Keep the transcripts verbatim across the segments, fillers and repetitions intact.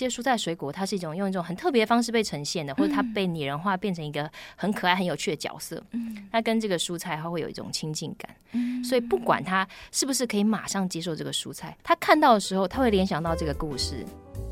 些蔬菜水果它是一种用一种很特别的方式被呈现的，或者它被拟人化变成一个很可爱很有趣的角色，嗯，它跟这个蔬菜它会有一种亲近感，嗯，所以不管他是不是可以马上接受这个蔬菜，他看到的时候他会联想到这个故事。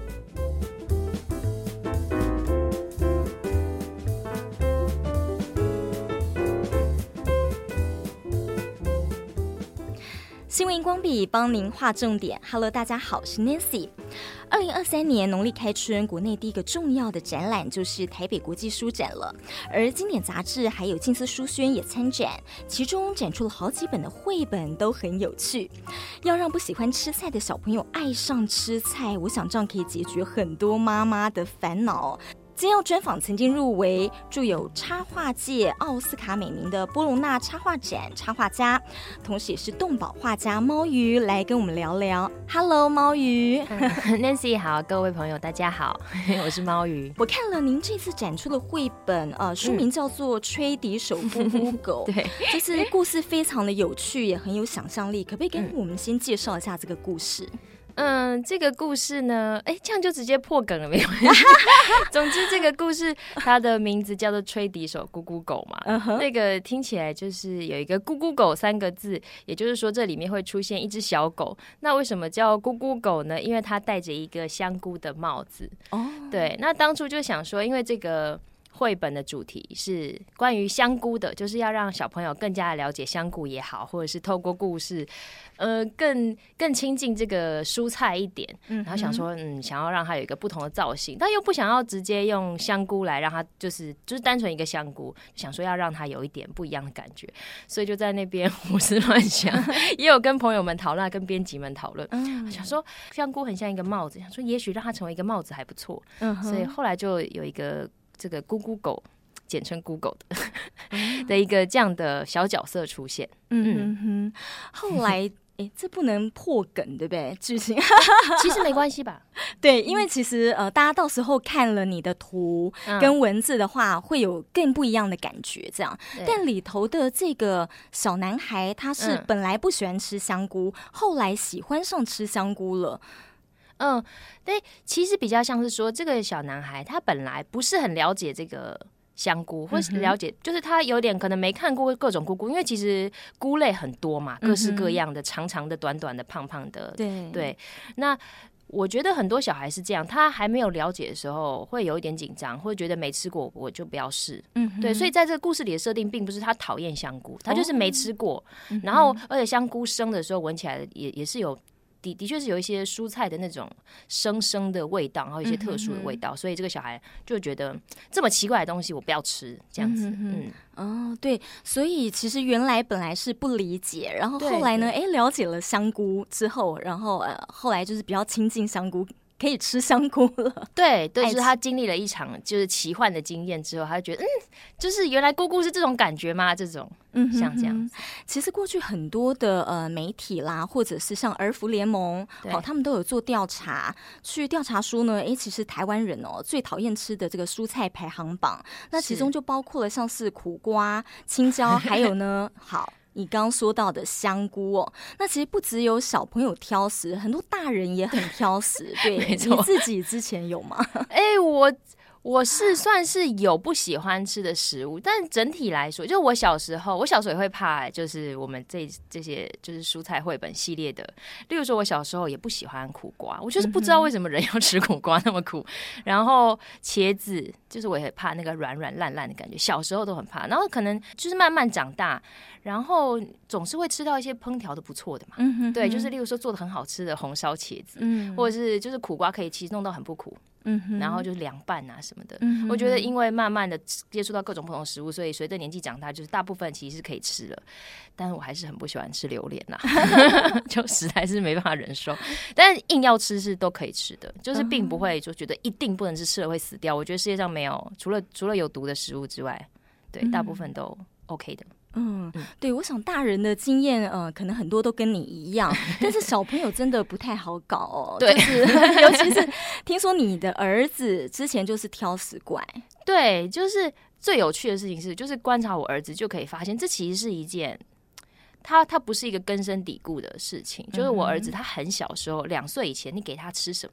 新闻荧光笔帮您画重点。Hello， 大家好，我是 Nancy。二零二三年农历开春，国内第一个重要的展览就是台北国际书展了，而经典杂志还有静思书轩也参展，其中展出了好几本的绘本，都很有趣。要让不喜欢吃菜的小朋友爱上吃菜，我想这样可以解决很多妈妈的烦恼。今天要专访曾经入围著有插画界奥斯卡美名的波隆纳插画展插画家，同时也是动保画家猫鱼，来跟我们聊聊。Hello， 猫鱼。 Nancy 好，各位朋友大家好，我是猫鱼。 我看了您这次展出的绘本，呃，书名叫做《吹笛手咕咕狗》， 对， 就是故事非常的有趣，也很有想象力。可不可以跟我们先介绍一下这个故事？ 嗯，这个故事呢，哎，这样就直接破梗了，没关系。总之，这个故事它的名字叫做《吹笛手咕咕狗》嘛， uh-huh. 那个听起来就是有一个“咕咕狗”三个字，也就是说这里面会出现一只小狗。那为什么叫咕咕狗呢？因为它戴着一个香菇的帽子。哦、oh. ，对，那当初就想说，因为这个绘本的主题是关于香菇的，就是要让小朋友更加的了解香菇也好，或者是透过故事呃，更更亲近这个蔬菜一点，然后想说，嗯，想要让它有一个不同的造型，但又不想要直接用香菇来让它就是就是单纯一个香菇，想说要让它有一点不一样的感觉，所以就在那边胡思乱想，也有跟朋友们讨论，跟编辑们讨论，嗯，想说香菇很像一个帽子，想说也许让它成为一个帽子还不错，嗯，所以后来就有一个这个咕咕狗。简称 Google 的的一个这样的小角色出现， 嗯哼，后来哎，这不能破梗，对不对？剧情其实没关系吧？ 对，因为其实呃，大家到时候看了你的图跟文字的话，嗯、会有更不一样的感觉。这样，但里头的这个小男孩，他是本来不喜欢吃香菇，嗯、后来喜欢上吃香菇了。 嗯，对，其实比较像是说，这个小男孩他本来不是很了解这个香菇，或是了解、嗯、就是他有点可能没看过各种菇菇，因为其实菇类很多嘛，各式各样的，长长的、短短的、胖胖的，对对。那我觉得很多小孩是这样，他还没有了解的时候会有一点紧张，或者觉得没吃过我就不要试，嗯，对。所以在这个故事里的设定并不是他讨厌香菇，他就是没吃过，哦、然后而且香菇生的时候闻起来也也是有。的的确是有一些蔬菜的那种生生的味道，然后一些特殊的味道，嗯、所以这个小孩就觉得这么奇怪的东西我不要吃，这样子。嗯, 嗯哦，对，所以其实原来本来是不理解，然后后来呢，哎，了解了香菇之后，然后呃，后来就是比较亲近香菇。可以吃香菇了， 对，对，就是他经历了一场就是奇幻的经验之后，他就觉得，嗯，就是原来菇菇是这种感觉吗？这种，嗯，像这样。 其实过去很多的呃媒体啦，或者是像儿福联盟，好，他们都有做调查，去调查说呢，哎，其实台湾人哦最讨厌吃的这个蔬菜排行榜，那其中就包括了像是苦瓜、青椒，还有呢，好。你刚刚说到的香菇哦，那其实不只有小朋友挑食，很多大人也很挑食。对，你自己之前有吗？ 哎、欸，我我是算是有不喜欢吃的食物，但整体来说，就我小时候，我小时候也会怕，就是我们这这些就是蔬菜绘本系列的，例如说，我小时候也不喜欢苦瓜，我就是不知道为什么人要吃苦瓜那么苦。嗯、然后茄子，就是我也怕那个软软烂烂的感觉，小时候都很怕。然后可能就是慢慢长大。然后总是会吃到一些烹调的不错的嘛，嗯、哼哼对，就是例如说做的很好吃的红烧茄子，嗯、或者是就是苦瓜可以其实弄到很不苦，嗯、然后就是凉拌啊什么的。嗯、我觉得因为慢慢的接触到各种不同的食物，所以随着年纪长大，就是大部分其实是可以吃了，但是我还是很不喜欢吃榴莲啦，就实在是没办法忍受。但是硬要吃是都可以吃的，就是并不会就觉得一定不能吃，吃了会死掉。我觉得世界上没有除了除了有毒的食物之外，对，大部分都 OK 的。 嗯，对，我想大人的经验，呃，可能很多都跟你一样，但是小朋友真的不太好搞哦。对，就是尤其是听说你的儿子之前就是挑食怪。 对，就是最有趣的事情是，就是观察我儿子就可以发现，这其实是一件。他他不是一个根深蒂固的事情，就是我儿子他很小时候两岁以前，你给他吃什么，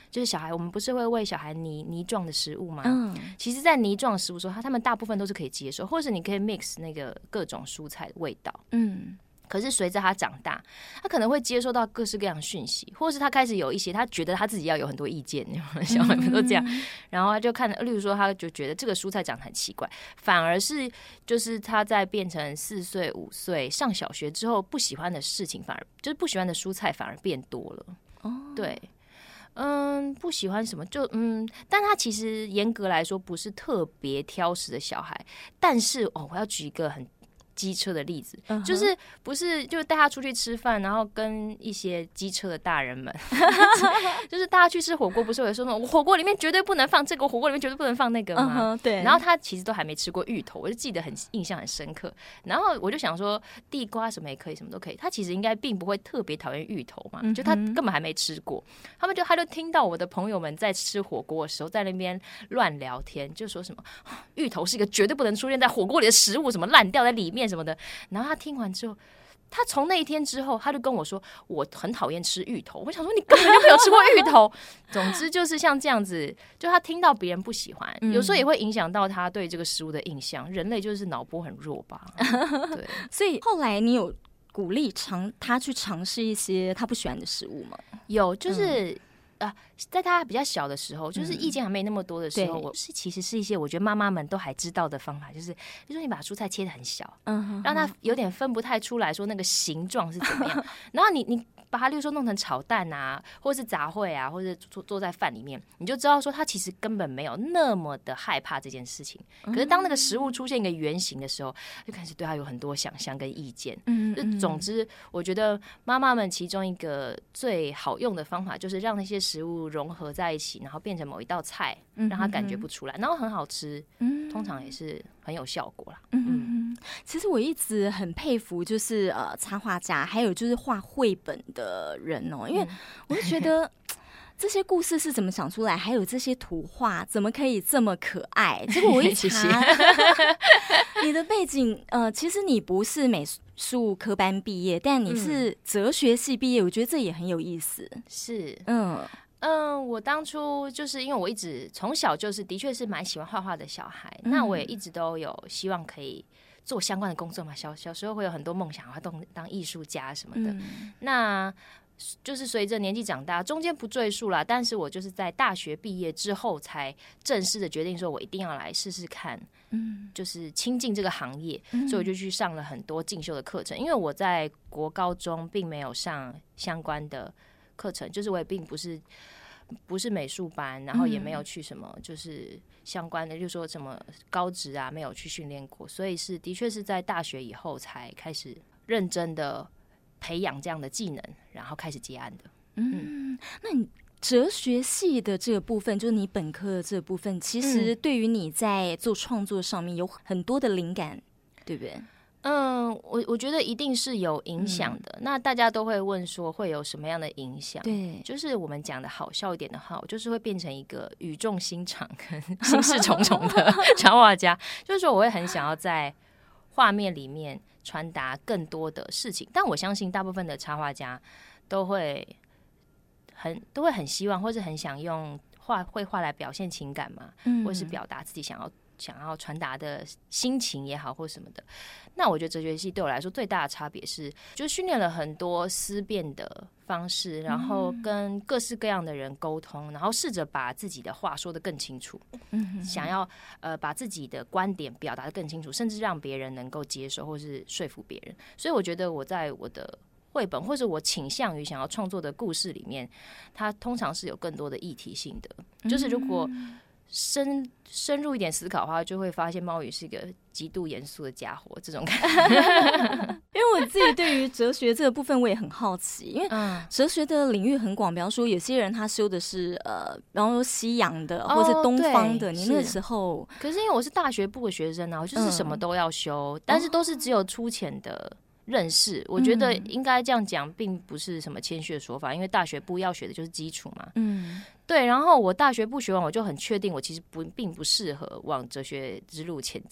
就是小孩，我们不是会喂小孩泥泥状的食物吗？嗯，其实，在泥状的食物的时候，他他们大部分都是可以接受，或是你可以 mix 那个各种蔬菜的味道。嗯。可是随着他长大，他可能会接收到各式各样的讯息，或是他开始有一些他觉得他自己要有很多意见，小孩们都这样，然后他就看，例如说他就觉得这个蔬菜长得很奇怪，反而是就是他在变成四岁五岁上小学之后，不喜欢的事情反而就是不喜欢的蔬菜反而变多了。哦，对。嗯，不喜欢什么就嗯，但他其实严格来说不是特别挑食的小孩，但是哦，我要举一个很机车的例子， uh-huh. 就是不是就带他出去吃饭，然后跟一些机车的大人们就是大家去吃火锅，不是有说那种我火锅里面绝对不能放这个，我火锅里面绝对不能放那个吗？ uh-huh, 对。然后他其实都还没吃过芋头，我就记得很印象很深刻。然后我就想说，地瓜什么也可以，什么都可以。他其实应该并不会特别讨厌芋头嘛， uh-huh. 就他根本还没吃过。他们就他就听到我的朋友们在吃火锅的时候，在那边乱聊天，就说什么芋头是一个绝对不能出现在火锅里的食物，什么烂掉在里面什么的。然后他听完之后，他从那一天之后，他就跟我说我很讨厌吃芋头。我想说你根本就没有吃过芋头。总之就是像这样子，就他听到别人不喜欢，嗯、有时候也会影响到他对这个食物的印象。人类就是脑波很弱吧？对， 所以后来你有鼓励尝他去尝试一些他不喜欢的食物吗？ 有，就是。嗯啊，在他比较小的时候，就是意见还没那么多的时候，嗯、我是其实是一些我觉得妈妈们都还知道的方法，就是比如说你把蔬菜切得很小，嗯，让他有点分不太出来说那个形状是怎么样，然后你你把它，例如说弄成炒蛋啊，或是杂烩啊，或者做做在饭里面，你就知道说他其实根本没有那么的害怕这件事情。可是当那个食物出现一个原型的时候，就开始对他有很多想象跟意见。嗯，就总之，我觉得妈妈们其中一个最好用的方法，就是让那些食物融合在一起，然后变成某一道菜，让他感觉不出来，然后很好吃，通常也是很有效果啦。嗯嗯，其实我一直很佩服，就是呃插画家，还有就是画绘本的人哦，因为我就觉得。这些故事是怎么想出来？还有这些图画怎么可以这么可爱？结果我一查，你的背景呃，其实你不是美术科班毕业，但你是哲学系毕业，我觉得这也很有意思。 是，嗯嗯，我当初就是因为我一直从小就是的确是蛮喜欢画画的小孩，嗯、那我也一直都有希望可以做相关的工作嘛。小小时候会有很多梦想，要当当艺术家什么的。嗯、那就是随着年纪长大，中间不赘述啦，但是我就是在大学毕业之后才正式的决定说我一定要来试试看，嗯，就是亲近这个行业，嗯、所以我就去上了很多进修的课程。因为我在国高中并没有上相关的课程，就是我也并不是不是美术班，然后也没有去什么就是相关的，就是说什么高职啊没有去训练过，所以是的确是在大学以后才开始认真的培养这样的技能，然后开始接案的。 嗯，嗯那你哲学系的这个部分，就是你本科的这个部分，其实对于你在做创作上面有很多的灵感，对不对？ 嗯，我我觉得一定是有影响的。嗯、那大家都会问说会有什么样的影响？对，就是我们讲的好笑一点的话，我就是会变成一个语重心长跟心事重重的插画家。就是说，我会很想要在画面里面传达更多的事情，但我相信大部分的插画家都会很都会很希望，或是很想用画绘画来表现情感嘛，嗯、或是表达自己想要想要传达的心情也好，或什么的。那我觉得哲学系对我来说最大的差别是，就是训练了很多思辨的方式，然后跟各式各样的人沟通，然后试着把自己的话说得更清楚，嗯、想要呃把自己的观点表达得更清楚，甚至让别人能够接受，或是说服别人。所以我觉得我在我的绘本，或者我倾向于想要创作的故事里面，它通常是有更多的议题性的。就是如果深深入一点思考的话，就会发现猫宇是一个极度严肃的家伙，这种感觉。 因为我自己对于哲学这个部分我也很好奇，因为哲学的领域很广，比方说有些人他修的是呃，比方说西洋的或是东方的，哦、你那个时候， 可是因为我是大学部的学生啊，我就是什么都要修，嗯、但是都是只有粗浅的认识。我觉得应该这样讲，并不是什么谦虚的说法，因为大学部要学的就是基础嘛。嗯。对，然后我大学部学完，我就很确定，我其实不并不适合往哲学之路前进。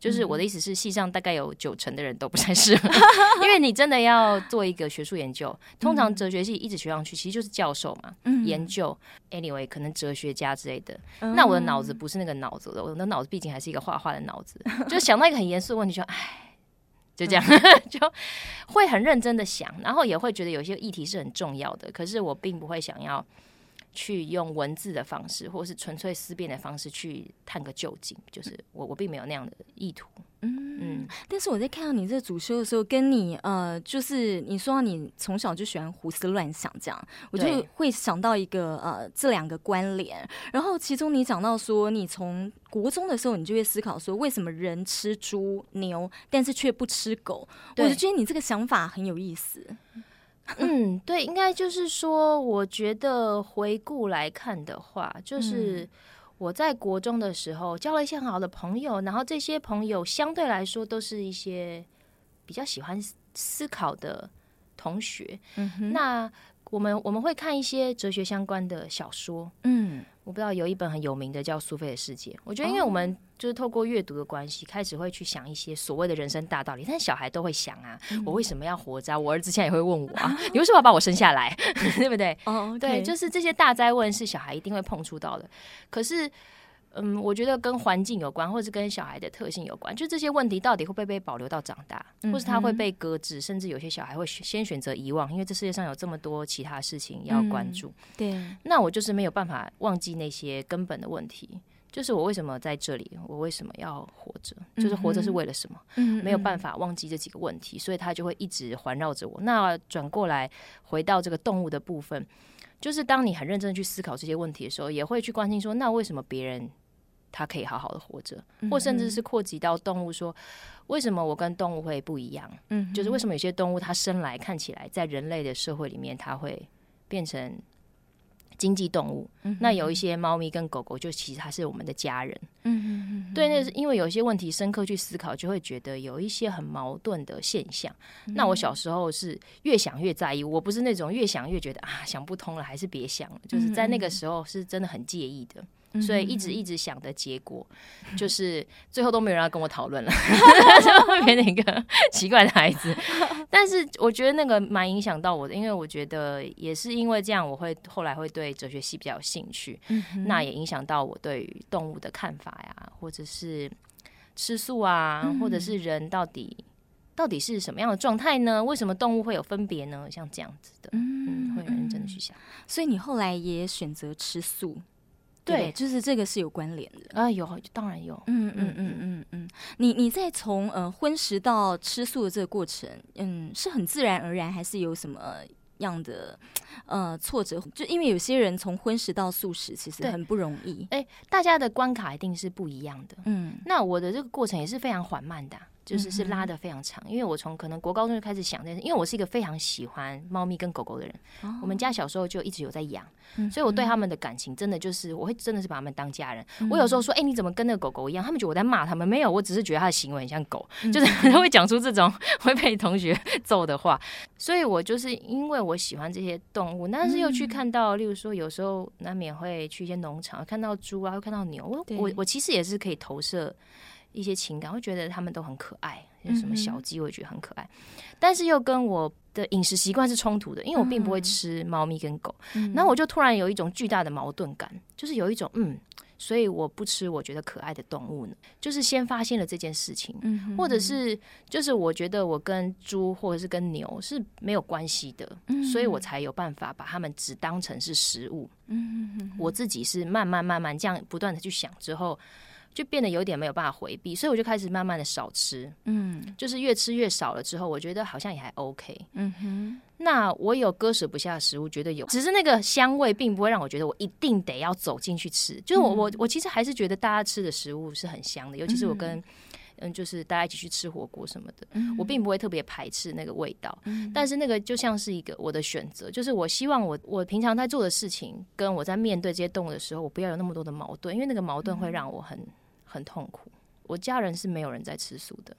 就是我的意思是，系上大概有九成的人都不太适合，因为你真的要做一个学术研究，通常哲学系一直学上去，其实就是教授嘛，嗯、研究 ，anyway， 可能哲学家之类的。嗯、那我的脑子不是那个脑子的，我的脑子毕竟还是一个画画的脑子，就想到一个很严肃的问题，就唉。就这样，就会很认真的想，然后也会觉得有些议题是很重要的，可是我并不会想要去用文字的方式，或是纯粹思辨的方式去探个究竟，就是我我并没有那样的意图。 嗯嗯，但是我在看到你这主修的时候，跟你呃，就是你说你从小就喜欢胡思乱想，这样我就会想到一个呃这两个关联。然后其中你讲到说，你从国中的时候，你就会思考说，为什么人吃猪牛，但是却不吃狗？我就觉得你这个想法很有意思。 嗯，对，应该就是说，我觉得回顾来看的话，就是我在国中的时候交了一些很好的朋友，然后这些朋友相对来说都是一些比较喜欢思考的同学。嗯哼，那我们我们会看一些哲学相关的小说。嗯，我不知道有一本很有名的叫《苏菲的世界》。我觉得，因为我们就是透过阅读的关系，开始会去想一些所谓的人生大道理。但是小孩都会想啊，嗯、我为什么要活着？我儿子现在也会问我啊，你为什么要把我生下来？对不对？哦、okay ，对，就是这些大哉问是小孩一定会碰触到的。可是。嗯，我觉得跟环境有关，或是跟小孩的特性有关。就这些问题到底会不会被保留到长大，嗯、或是他会被搁置，甚至有些小孩会先选择遗忘，因为这世界上有这么多其他事情要关注。嗯、对，那我就是没有办法忘记那些根本的问题，就是我为什么在这里，我为什么要活着，就是活着是为了什么？嗯、没有办法忘记这几个问题，所以他就会一直环绕着我。那转过来回到这个动物的部分，就是当你很认真的去思考这些问题的时候，也会去关心说，那为什么别人他可以好好的活着，或甚至是扩及到动物说，为什么我跟动物会不一样？嗯，就是为什么有些动物它生来看起来在人类的社会里面，它会变成经济动物。嗯、那有一些猫咪跟狗狗，就其实它是我们的家人。嗯嗯对，那是因为有一些问题深刻去思考，就会觉得有一些很矛盾的现象。嗯、那我小时候是越想越在意，我不是那种越想越觉得啊想不通了，还是别想了，就是在那个时候是真的很介意的。所以一直一直想的结果，就是最后都没有人要跟我讨论了，就变成一个奇怪的孩子。但是我觉得那个蛮影响到我的，因为我觉得也是因为这样，我会后来会对哲学系比较有兴趣。嗯、那也影响到我对于动物的看法呀，或者是吃素啊，嗯、或者是人到底到底是什么样的状态呢？为什么动物会有分别呢？像这样子的，嗯，嗯会认真的去想。 所以你后来也选择吃素。对, 对，就是这个是有关联的啊，有，当然有， 嗯嗯嗯嗯嗯。你你在从呃荤食到吃素的这个过程，嗯，是很自然而然，还是有什么样的呃挫折？就因为有些人从荤食到素食其实很不容易， 哎，大家的关卡一定是不一样的，嗯，那我的这个过程也是非常缓慢的、啊。就是是拉得非常长，因为我从可能国高中就开始想这件事，因为我是一个非常喜欢猫咪跟狗狗的人，哦、我们家小时候就一直有在养，嗯、所以我对他们的感情真的就是我会真的是把他们当家人。嗯、我有时候说，哎、欸，你怎么跟那个狗狗一样？他们觉得我在骂他们，没有，我只是觉得他的行为很像狗，嗯、就是会讲出这种会被同学揍的话。所以我就是因为我喜欢这些动物，但是又去看到，例如说有时候难免会去一些农场，看到猪啊，会看到牛，我我我其实也是可以投射一些情感，会觉得他们都很可爱，有什么小鸡我也觉得很可爱，嗯、但是又跟我的饮食习惯是冲突的，因为我并不会吃猫咪跟狗，嗯、然后我就突然有一种巨大的矛盾感，就是有一种嗯，所以我不吃我觉得可爱的动物呢，就是先发现了这件事情，嗯、或者是就是我觉得我跟猪或者是跟牛是没有关系的，嗯、所以我才有办法把它们只当成是食物，嗯、我自己是慢慢慢慢这样不断的去想之后，就变得有点没有办法回避，所以我就开始慢慢的少吃，嗯，就是越吃越少了之后，我觉得好像也还 OK， 嗯哼。那我有割舍不下的食物，觉得有，只是那个香味并不会让我觉得我一定得要走进去吃，就是我、嗯、我我其实还是觉得大家吃的食物是很香的，尤其是我跟嗯就是大家一起去吃火锅什么的，嗯、我并不会特别排斥那个味道，嗯、但是那个就像是一个我的选择，就是我希望我我平常在做的事情，跟我在面对这些动物的时候，我不要有那么多的矛盾，因为那个矛盾会让我很。很痛苦，我家人是没有人在吃素的，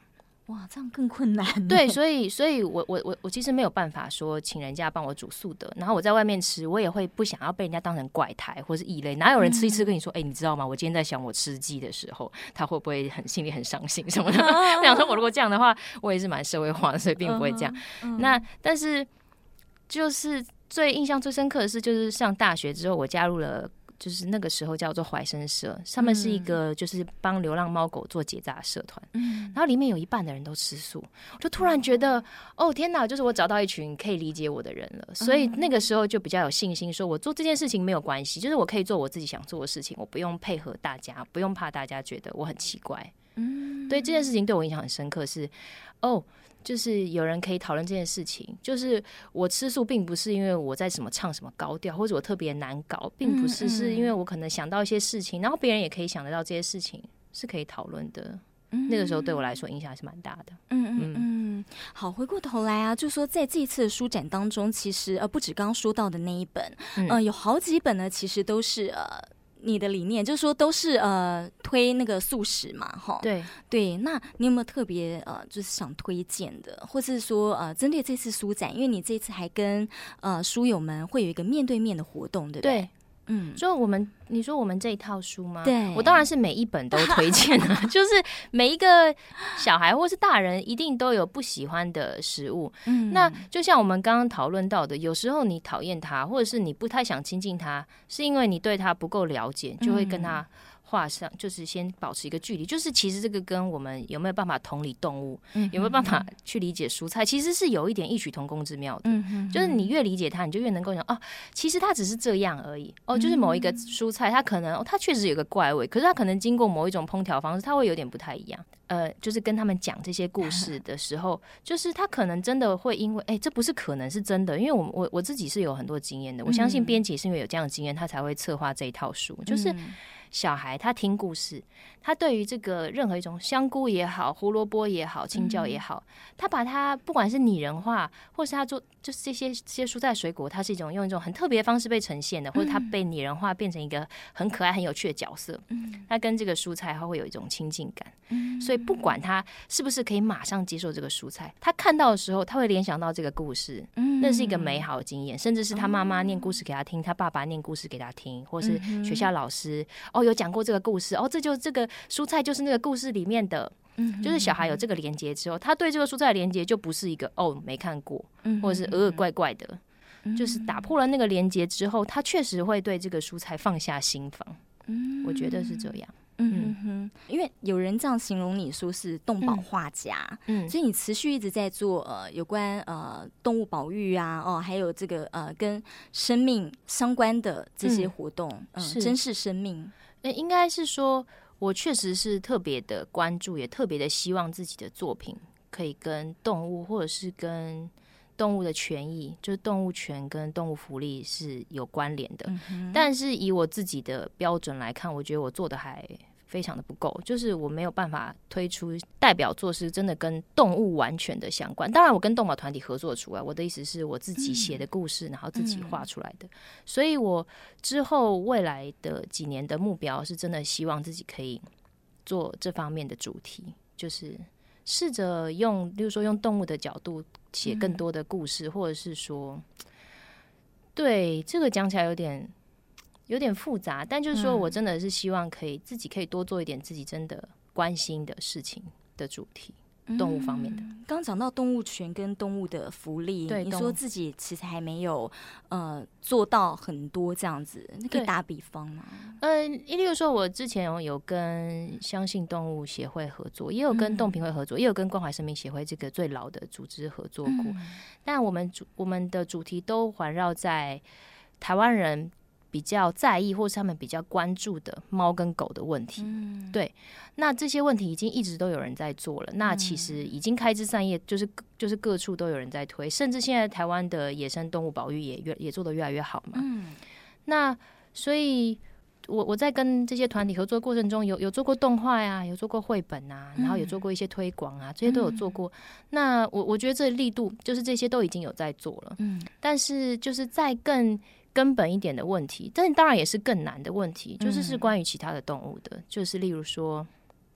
哇，这样更困难。 对，所以所以我我我我其实没有办法说请人家帮我煮素的，然后我在外面吃，我也会不想要被人家当成怪胎或是异类。哪有人吃一吃跟你说，哎、嗯欸，你知道吗？我今天在想我吃鸡的时候，他会不会很心里很伤心什么的？我想说，我如果这样的话，我也是蛮社会化的，所以并不会这样。嗯、那但是就是最印象最深刻的是，就是上大学之后，我加入了。就是那个时候叫做怀生社，他们是一个就是帮流浪猫狗做结扎的社团，嗯，然后里面有一半的人都吃素，我就突然觉得，哦天哪，就是我找到一群可以理解我的人了，所以那个时候就比较有信心，说我做这件事情没有关系，就是我可以做我自己想做的事情，我不用配合大家，不用怕大家觉得我很奇怪，嗯，对这件事情对我印象很深刻是，哦。就是有人可以讨论这件事情，就是我吃素并不是因为我在什么唱什么高调，或者我特别难搞，并不是是因为我可能想到一些事情，然后别人也可以想得到这些事情是可以讨论的。那个时候对我来说影响还是蛮大的。嗯嗯嗯，好，回过头来啊，就说在这一次的书展当中，其实呃不止刚刚说到的那一本，嗯、呃有好几本呢，其实都是呃。你的理念就是说都是呃推那个素食嘛，哈， 对对。那你有没有特别呃就是想推荐的，或是说呃针对这次书展，因为你这次还跟呃书友们会有一个面对面的活动，对不对？ 对，嗯，就我们你说我们这一套书吗？ 对， 我当然是每一本都推荐了，就是每一个小孩或是大人一定都有不喜欢的食物。嗯，那就像我们刚刚讨论到的，有时候你讨厌他，或者是你不太想亲近他，是因为你对他不够了解，就会跟他画上，就是先保持一个距离。就是其实这个跟我们有没有办法同理动物，嗯、有没有办法去理解蔬菜，其实是有一点异曲同工之妙的。嗯、就是你越理解它，你就越能够讲哦，其实它只是这样而已。哦，就是某一个蔬菜，它可能、哦、它确实有个怪味，可是它可能经过某一种烹调方式，它会有点不太一样。呃，就是跟他们讲这些故事的时候，就是他可能真的会因为，哎、欸，这不是可能是真的，因为我我我自己是有很多经验的，我相信编辑是因为有这样的经验，他才会策划这一套书，就是小孩他听故事，他对于这个任何一种香菇也好，胡萝卜也好，青椒也好，他把它不管是拟人化，或是他做就是这些这些蔬菜水果，它是一种用一种很特别的方式被呈现的，或者他被拟人化变成一个很可爱很有趣的角色，他跟这个蔬菜他会有一种亲近感，所以不管他是不是可以马上接受这个蔬菜，他看到的时候他会联想到这个故事，那是一个美好的经验，甚至是他妈妈念故事给他听，他爸爸念故事给他听，或是学校老师哦有讲过这个故事，哦这就这个蔬菜就是那个故事里面的，就是小孩有这个连结之后，他对这个蔬菜的连结就不是一个哦没看过，或者是呃怪怪的，就是打破了那个连结之后，他确实会对这个蔬菜放下心防，我觉得是这样。 嗯哼，因为有人这样形容你说是动保画家，嗯，所以你持续一直在做呃有关呃动物保育啊，哦，还有这个呃跟生命相关的这些活动，嗯，呃、珍视生命。 呃，应该是说，我确实是特别的关注，也特别的希望自己的作品可以跟动物或者是跟动物的权益，就是动物权跟动物福利是有关联的、嗯、但是以我自己的标准来看，我觉得我做的还非常的不够，就是我没有办法推出代表作是真的跟动物完全的相关。当然我跟动保团体合作出来，我的意思是我自己写的故事、嗯、然后自己画出来的、嗯、所以我之后未来的几年的目标是真的希望自己可以做这方面的主题，就是试着用例如说用动物的角度写更多的故事、嗯、或者是说对这个讲起来有点有点复杂，但就是说我真的是希望可以自己可以多做一点自己真的关心的事情的主题，动物方面的。 刚、嗯、讲到动物权跟动物的福利，对，你说自己其实还没有呃做到很多这样子，你可以打比方吗？ 呃，例如说我之前有跟相信动物协会合作，也有跟动评会合作、嗯、也有跟关怀生命协会这个最老的组织合作过、嗯、但我们主我们的主题都环绕在台湾人比较在意或是他们比较关注的猫跟狗的问题、嗯、对，那这些问题已经一直都有人在做了，那其实已经开枝散叶，就是就是各处都有人在推，甚至现在台湾的野生动物保育也越也做得越来越好嘛、嗯、那所以我我在跟这些团体合作的过程中有有做过动画呀，有做过绘本啊，然后有做过一些推广啊、嗯、这些都有做过、嗯、那我我觉得这力度就是这些都已经有在做了，嗯，但是就是在更根本一点的问题，但当然也是更难的问题，就是是关于其他的动物的、嗯、就是例如说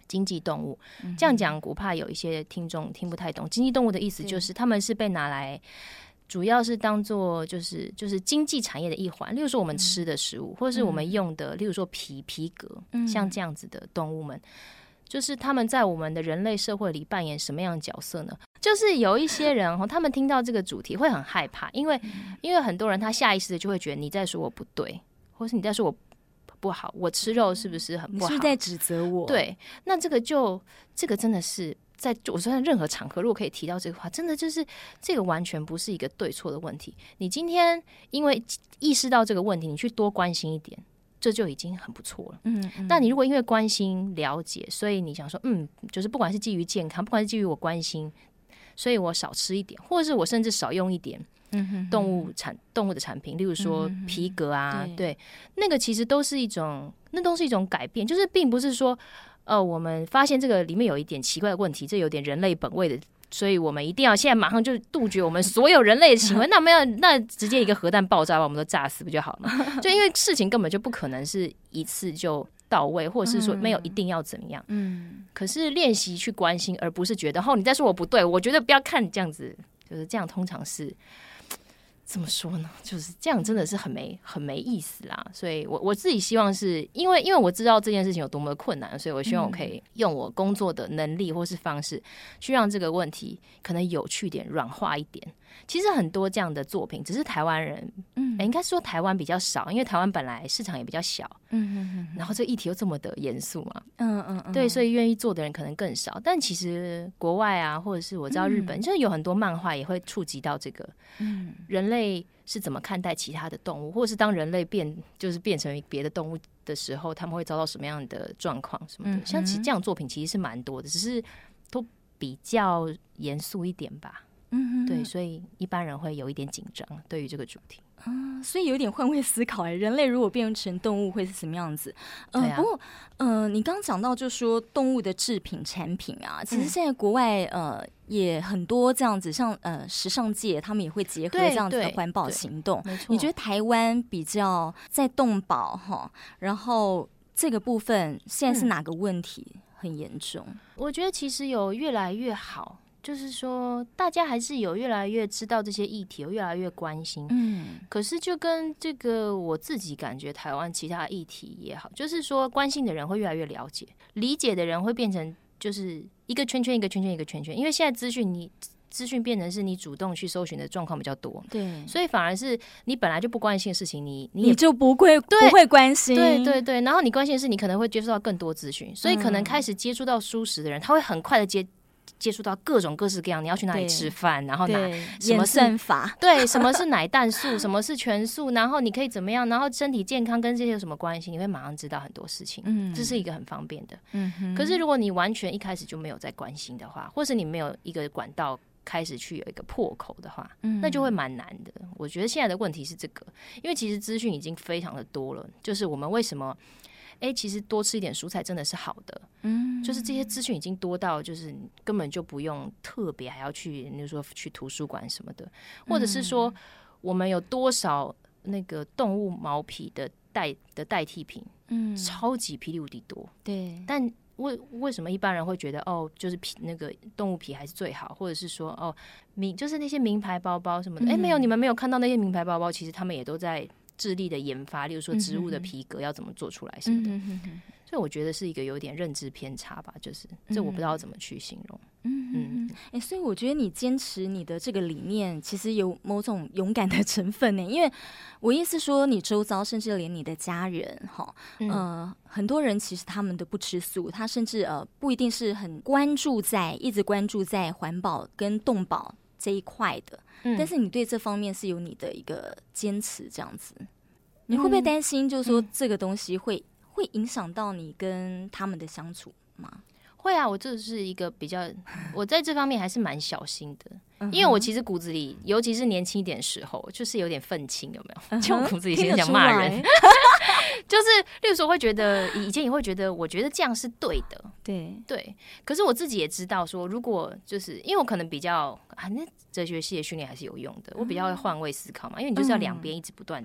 经济动物。这样讲我怕有一些听众听不太懂。经济动物的意思就是他们是被拿来主要是当做就是就是经济产业的一环，例如说我们吃的食物，或者是我们用的，例如说皮皮革，像这样子的动物们，就是他们在我们的人类社会里扮演什么样的角色呢？就是有一些人他们听到这个主题会很害怕，因为因为很多人他下意识的就会觉得你在说我不对，或是你在说我不好，我吃肉是不是很不好？ 你是不是在指责我？ 对，那这个就这个真的是在我说在任何场合，如果可以提到这个话，真的就是这个完全不是一个对错的问题。你今天因为意识到这个问题，你去多关心一点，这就已经很不错了。嗯嗯。那你如果因为关心了解，所以你想说，嗯，就是不管是基于健康，不管是基于我关心，所以我少吃一点，或者是我甚至少用一点。动物产动物的产品，例如说皮革啊，嗯、对, 对，那个其实都是一种，那都是一种改变，就是并不是说，呃，我们发现这个里面有一点奇怪的问题，这有点人类本位的，所以我们一定要现在马上就杜绝我们所有人类的行为，那没有，那直接一个核弹爆炸把我们都炸死不就好了吗？就因为事情根本就不可能是一次就到位，或者是说没有一定要怎么样。嗯，可是练习去关心，而不是觉得哦你在说我不对，我觉得不要看你这样子，就是这样，通常是。怎么说呢？就是这样，真的是很没很没意思啦。所以我我自己希望是因为因为我知道这件事情有多么的困难，所以我希望我可以用我工作的能力或是方式，去让这个问题可能有趣点、软化一点。其实很多这样的作品，只是台湾人，嗯、欸，应该说台湾比较少，因为台湾本来市场也比较小，嗯嗯嗯，然后这个议题又这么的严肃嘛，嗯嗯嗯，对，所以愿意做的人可能更少。但其实国外啊，或者是我知道日本，嗯、就是有很多漫画也会触及到这个，嗯，人类是怎么看待其他的动物，或者是当人类变就是变成别的动物的时候，他们会遭到什么样的状况什么的。嗯、像其实这样的作品其实是蛮多的，只是都比较严肃一点吧。嗯，对，所以一般人会有一点紧张对于这个主题。 嗯，所以有点换位思考哎，人类如果变成动物会是什么样子？嗯、呃啊，不过，呃，你刚刚讲到就说动物的制品产品啊，其实现在国外呃也很多这样子，像呃时尚界他们也会结合这样子的环保行动。没错，你觉得台湾比较在动保哈，然后这个部分现在是哪个问题很严重？ 嗯、我觉得其实有越来越好。就是说，大家还是有越来越知道这些议题，有越来越关心。嗯，可是就跟这个我自己感觉，台湾其他议题也好，就是说关心的人会越来越了解，理解的人会变成就是一个圈圈一个圈圈一个圈圈。因为现在资讯你资讯变成是你主动去搜寻的状况比较多，对，所以反而是你本来就不关心的事情，你你, 你就不会不会关心， 对对对。然后你关心的是，你可能会接触到更多资讯，所以可能开始接触到蔬食的人，他会很快的接。接触到各种各式各样，你要去哪里吃饭，然后拿什么算法， 对，什么是奶蛋素，什么是全素，然后你可以怎么样，然后身体健康跟这些有什么关系，你会马上知道很多事情，嗯，这是一个很方便的。嗯哼，可是如果你完全一开始就没有在关心的话，或是你没有一个管道开始去有一个破口的话，嗯，那就会蛮难的。我觉得现在的问题是这个，因为其实资讯已经非常的多了，就是我们为什么哎，其实多吃一点蔬菜真的是好的，嗯，就是这些资讯已经多到，就是根本就不用特别还要去，比如说去图书馆什么的，或者是说我们有多少那个动物毛皮的代的代替品，嗯，超级霹雳无敌多，对，但为为什么一般人会觉得哦，就是皮那个动物皮还是最好，或者是说哦，名就是那些名牌包包什么的，哎、嗯，没有，你们没有看到那些名牌包包，其实他们也都在致力的研发，例如说植物的皮革要怎么做出来什么的，嗯、所以我觉得是一个有点认知偏差吧，就是这我不知道怎么去形容。嗯嗯，哎、欸，所以我觉得你坚持你的这个理念，其实有某种勇敢的成分呢。因为我意思说，你周遭甚至连你的家人，哈，呃，很多人其实他们都不吃素，他甚至呃不一定是很关注在一直关注在环保跟动保这一块的。嗯、但是你对这方面是有你的一个坚持，这样子，你会不会担心，就是说这个东西会、嗯、会影响到你跟他们的相处吗？ 会啊，我这是一个比较，我在这方面还是蛮小心的，嗯、因为我其实骨子里，尤其是年轻一点的时候，就是有点愤青，有没有？嗯、就我骨子里先想骂人，就是例如说会觉得，以前也会觉得，我觉得这样是对的，对对。可是我自己也知道说，如果就是因为我可能比较啊，那哲学系的训练还是有用的，我比较会换位思考嘛，因为你就是要两边一直不断的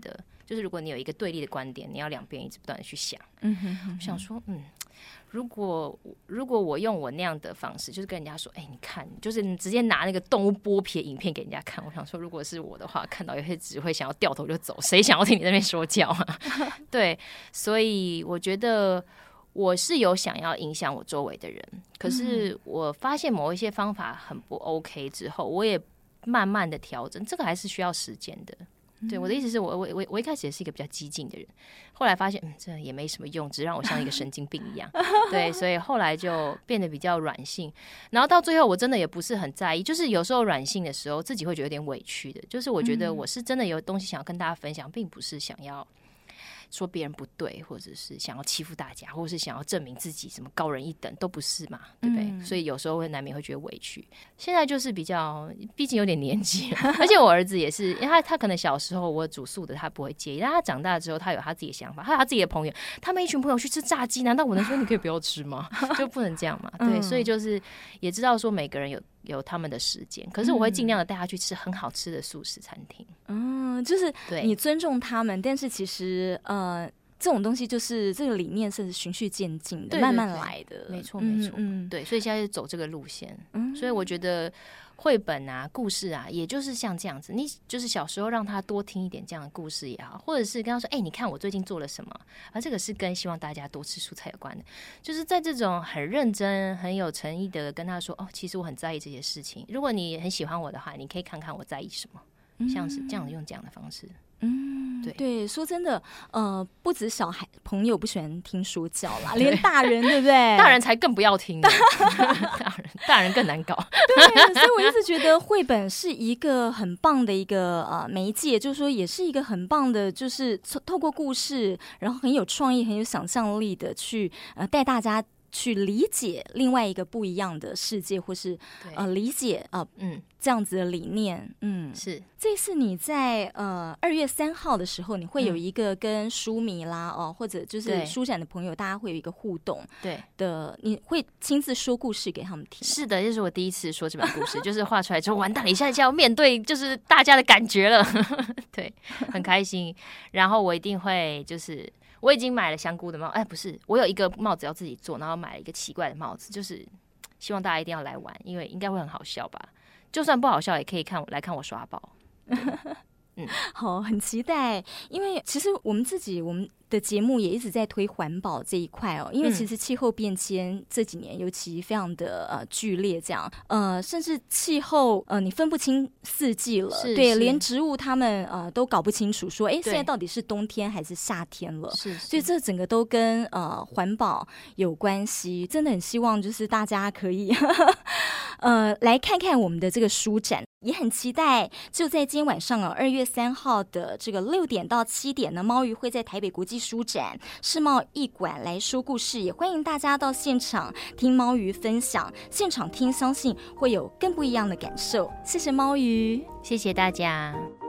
就是如果你有一个对立的观点，你要两边一直不断的去想。 嗯哼哼哼， 我想说，嗯。如果如果我用我那样的方式，就是跟人家说，哎、欸，你看，就是你直接拿那个动物剥皮的影片给人家看，我想说，如果是我的话，看到有些只会想要掉头就走，谁想要听你那边说教啊？对，所以我觉得我是有想要影响我周围的人，可是我发现某一些方法很不 OK 之后，我也慢慢的调整，这个还是需要时间的。对，我的意思是我我我我一开始也是一个比较激进的人，后来发现嗯，这也没什么用，只让我像一个神经病一样。对，所以后来就变得比较软性，然后到最后我真的也不是很在意，就是有时候软性的时候自己会觉得有点委屈的，就是我觉得我是真的有东西想要跟大家分享，并不是想要说别人不对，或者是想要欺负大家，或者是想要证明自己什么高人一等，都不是嘛，对不对？嗯、所以有时候会难免会觉得委屈。现在就是比较，毕竟有点年纪了，而且我儿子也是，因为他他可能小时候我煮素的他不会介意，但他长大之后他有他自己的想法，他有他自己的朋友，他们一群朋友去吃炸鸡，难道我能说你可以不要吃吗？就不能这样嘛？对，所以就是也知道说每个人有。有他们的时间，可是我会尽量的带他去吃很好吃的素食餐厅。 嗯，就是你尊重他们，但是其实呃，这种东西就是这个理念是循序渐进的，对对对，慢慢来的。 没错，没错。嗯，对，所以现在是走这个路线。嗯，所以我觉得绘本啊、故事啊，也就是像这样子，你就是小时候让他多听一点这样的故事也好，或者是跟他说：“哎、欸，你看我最近做了什么。”而这个是跟希望大家多吃蔬菜有关的，就是在这种很认真、很有诚意的跟他说：“哦，其实我很在意这些事情。如果你很喜欢我的话，你可以看看我在意什么。”像是这样用这样的方式。 嗯，对对，说真的，呃，不止小孩朋友不喜欢听说教啦，连大人对不对？ 大人才更不要听，大人大人更难搞。 对，所以我一直觉得绘本是一个很棒的一个呃媒介，就是说也是一个很棒的，就是透过故事，然后很有创意、很有想象力的去呃带大家去理解另外一个不一样的世界，或是呃理解呃嗯这样子的理念。嗯， 是。 这次你在呃二月三号的时候，你会有一个跟书迷啦哦、呃，或者就是书展的朋友，大家会有一个互动。对的，你会亲自说故事给他们听。 是的，这、就是我第一次说这本故事，就是画出来之后，完蛋了，一下就要面对就是大家的感觉了。对，很开心。然后我一定会就是。我已经买了香菇的帽，哎，不是，我有一个帽子要自己做，然后买了一个奇怪的帽子，就是希望大家一定要来玩，因为应该会很好笑吧。就算不好笑，也可以看来看我耍宝。 嗯，好，很期待，因为其实我们自己我们的节目也一直在推环保这一块哦，因为其实气候变迁这几年尤其非常的呃剧烈，这样呃甚至气候呃你分不清四季了，对，连植物它们呃都搞不清楚说，哎，现在到底是冬天还是夏天了，是，所以这整个都跟呃环保有关系，真的很希望就是大家可以呃来看看我们的这个书展。也很期待，就在今天晚上啊，二月三号的这个六点到七点呢，猫鱼会在台北国际书展世贸艺馆来说故事，也欢迎大家到现场听猫鱼分享，现场听相信会有更不一样的感受。谢谢猫鱼， 谢谢大家。